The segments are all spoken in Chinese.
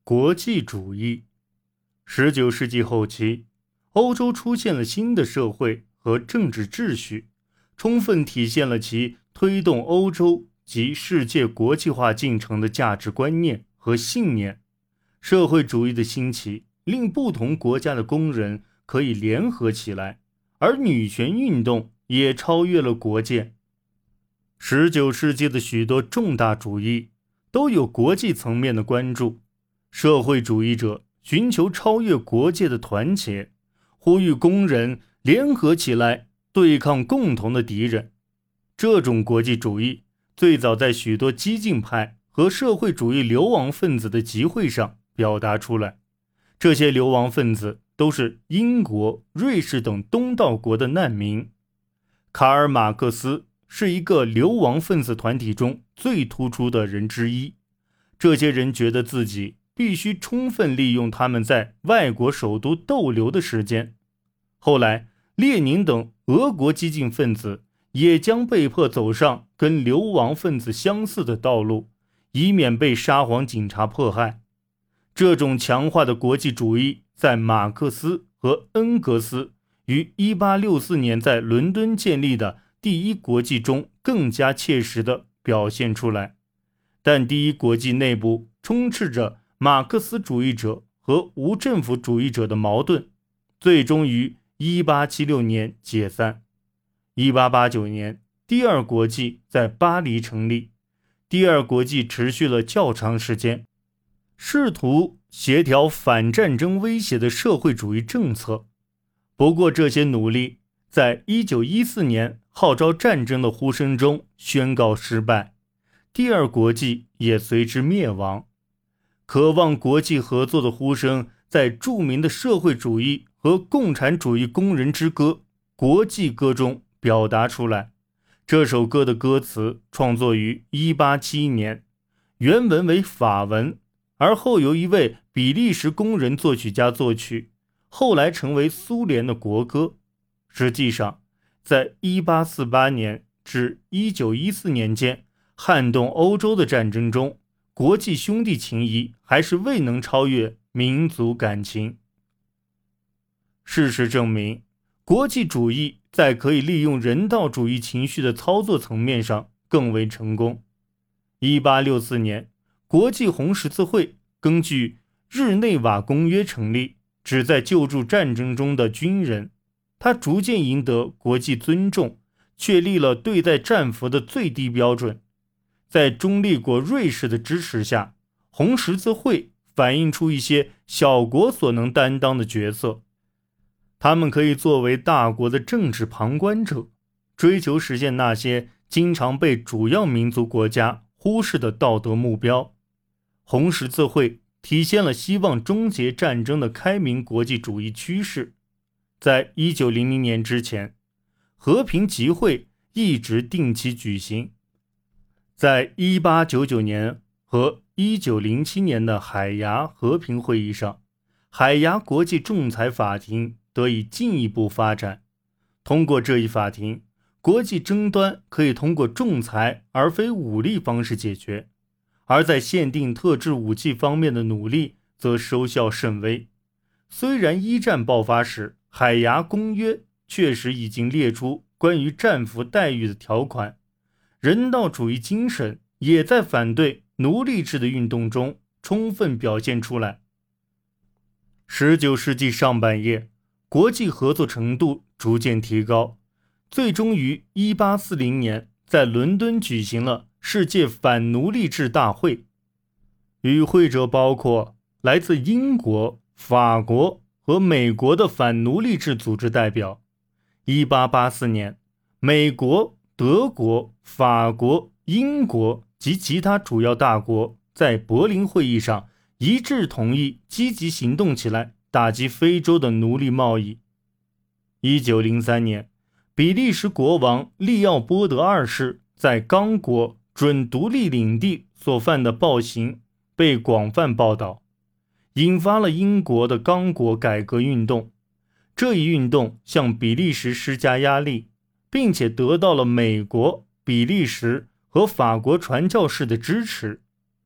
国际主义。19世纪后期，欧洲出现了新的社会和政治秩序，充分体现了其推动欧洲及世界国际化进程的价值观念和信念。社会主义的兴起，令不同国家的工人可以联合起来，而女权运动也超越了国界。19世纪的许多重大主义都有国际层面的关注，社会主义者寻求超越国界的团结，呼吁工人联合起来对抗共同的敌人。这种国际主义最早在许多激进派和社会主义流亡分子的集会上表达出来。这些流亡分子都是英国、瑞士等东道国的难民。卡尔·马克思是一个流亡分子团体中最突出的人之一。这些人觉得自己必须充分利用他们在外国首都逗留的时间。后来，列宁等俄国激进分子也将被迫走上跟流亡分子相似的道路，以免被沙皇警察迫害。这种强化的国际主义在马克思和恩格斯于1864年在伦敦建立的第一国际中更加切实地表现出来。但第一国际内部充斥着马克思主义者和无政府主义者的矛盾，最终于1876年解散。1889年，第二国际在巴黎成立。第二国际持续了较长时间，试图协调反战争威胁的社会主义政策。不过这些努力在1914年号召战争的呼声中宣告失败，第二国际也随之灭亡。渴望国际合作的呼声在著名的社会主义和共产主义工人之歌《国际歌》中表达出来。这首歌的歌词创作于1871年，原文为法文，而后由一位比利时工人作曲家作曲，后来成为苏联的国歌。实际上，在1848年至1914年间撼动欧洲的战争中，国际兄弟情谊还是未能超越民族感情。事实证明，国际主义在可以利用人道主义情绪的操作层面上更为成功。1864年，国际红十字会根据日内瓦公约成立，旨在救助战争中的军人。它逐渐赢得国际尊重，确立了对待战俘的最低标准。在中立国瑞士的支持下，红十字会反映出一些小国所能担当的角色。他们可以作为大国的政治旁观者，追求实现那些经常被主要民族国家忽视的道德目标。红十字会体现了希望终结战争的开明国际主义趋势。在1900年之前，和平集会一直定期举行。在1899年和1907年的海牙和平会议上，海牙国际仲裁法庭得以进一步发展。通过这一法庭，国际争端可以通过仲裁而非武力方式解决，而在限定特制武器方面的努力则收效甚微。虽然一战爆发时，海牙公约确实已经列出关于战俘待遇的条款，人道主义精神也在反对奴隶制的运动中充分表现出来。19世纪上半叶，国际合作程度逐渐提高，最终于1840年在伦敦举行了世界反奴隶制大会。与会者包括来自英国、法国和美国的反奴隶制组织代表。1884年，美国、德国、法国、英国及其他主要大国在柏林会议上一致同意积极行动起来，打击非洲的奴隶贸易。1903年，比利时国王利奥波德二世在刚果准独立领地所犯的暴行被广泛报道，引发了英国的刚果改革运动。这一运动向比利时施加压力，并且得到了美国、比利时和法国传教士的支持。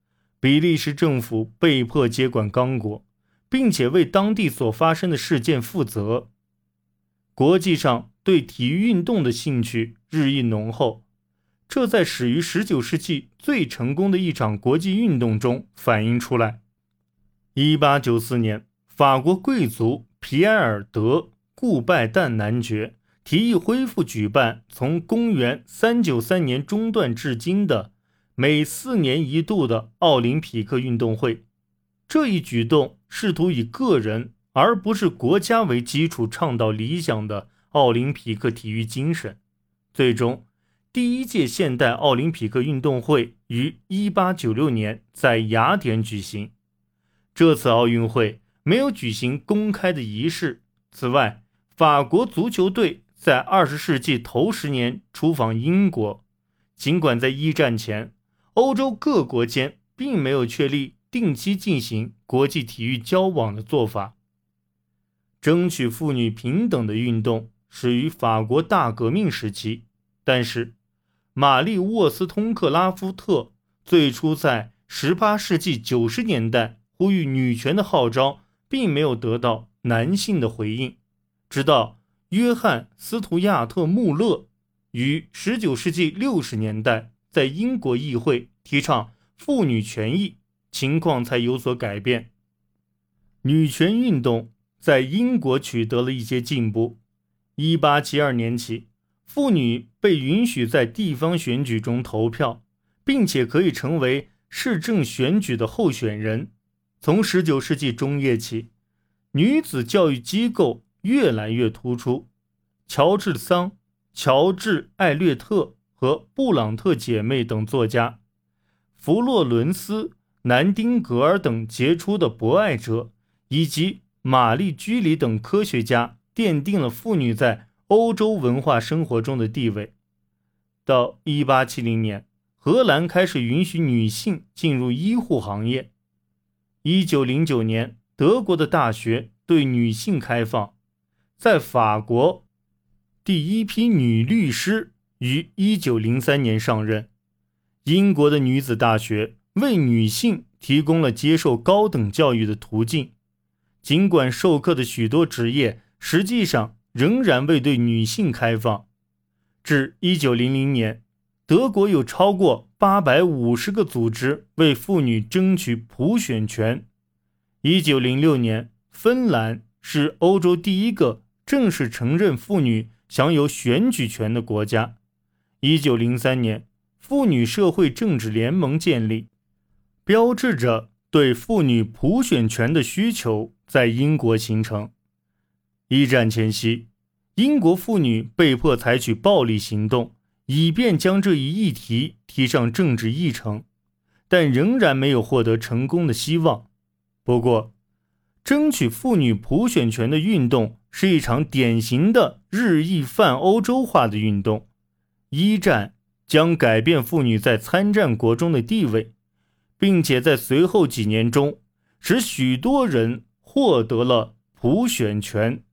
比利时政府被迫接管刚果，并且为当地所发生的事件负责。国际上对体育运动的兴趣日益浓厚，这在始于19世纪最成功的一场国际运动中反映出来。1894年，法国贵族皮埃尔·德·顾拜旦男爵提议恢复举办从公元393年中断至今的每4年一度的奥林匹克运动会。这一举动试图以个人而不是国家为基础倡导理想的奥林匹克体育精神。最终，第一届现代奥林匹克运动会于1896年在雅典举行。这次奥运会没有举行公开的仪式。此外，法国足球队在20世纪头10年出访英国。尽管在一战前，欧洲各国间并没有确立定期进行国际体育交往的做法。争取妇女平等的运动始于法国大革命时期，但是玛丽·沃斯通克拉夫特最初在18世纪90年代呼吁女权的号召并没有得到男性的回应，直到约翰·斯图亚特·穆勒于19世纪60年代在英国议会提倡妇女权益，情况才有所改变。女权运动在英国取得了一些进步。1872年起，妇女被允许在地方选举中投票，并且可以成为市政选举的候选人。从19世纪中叶起，女子教育机构越来越突出。乔治桑、乔治艾略特和布朗特姐妹等作家，弗洛伦斯、南丁格尔等杰出的博爱者，以及玛丽居里等科学家奠定了妇女在欧洲文化生活中的地位。到1870年，荷兰开始允许女性进入医护行业。1909年，德国的大学对女性开放。在法国，第一批女律师于1903年上任。英国的女子大学为女性提供了接受高等教育的途径，尽管授课的许多职业实际上仍然未对女性开放。至1900年，德国有超过850个组织为妇女争取普选权。1906年，芬兰是欧洲第一个正式承认妇女享有选举权的国家。1903年，妇女社会政治联盟建立，标志着对妇女普选权的需求在英国形成。一战前夕，英国妇女被迫采取暴力行动，以便将这一议题提上政治议程，但仍然没有获得成功的希望。不过，争取妇女普选权的运动是一场典型的日益泛欧洲化的运动。一战将改变妇女在参战国中的地位，并且在随后几年中使许多人获得了普选权。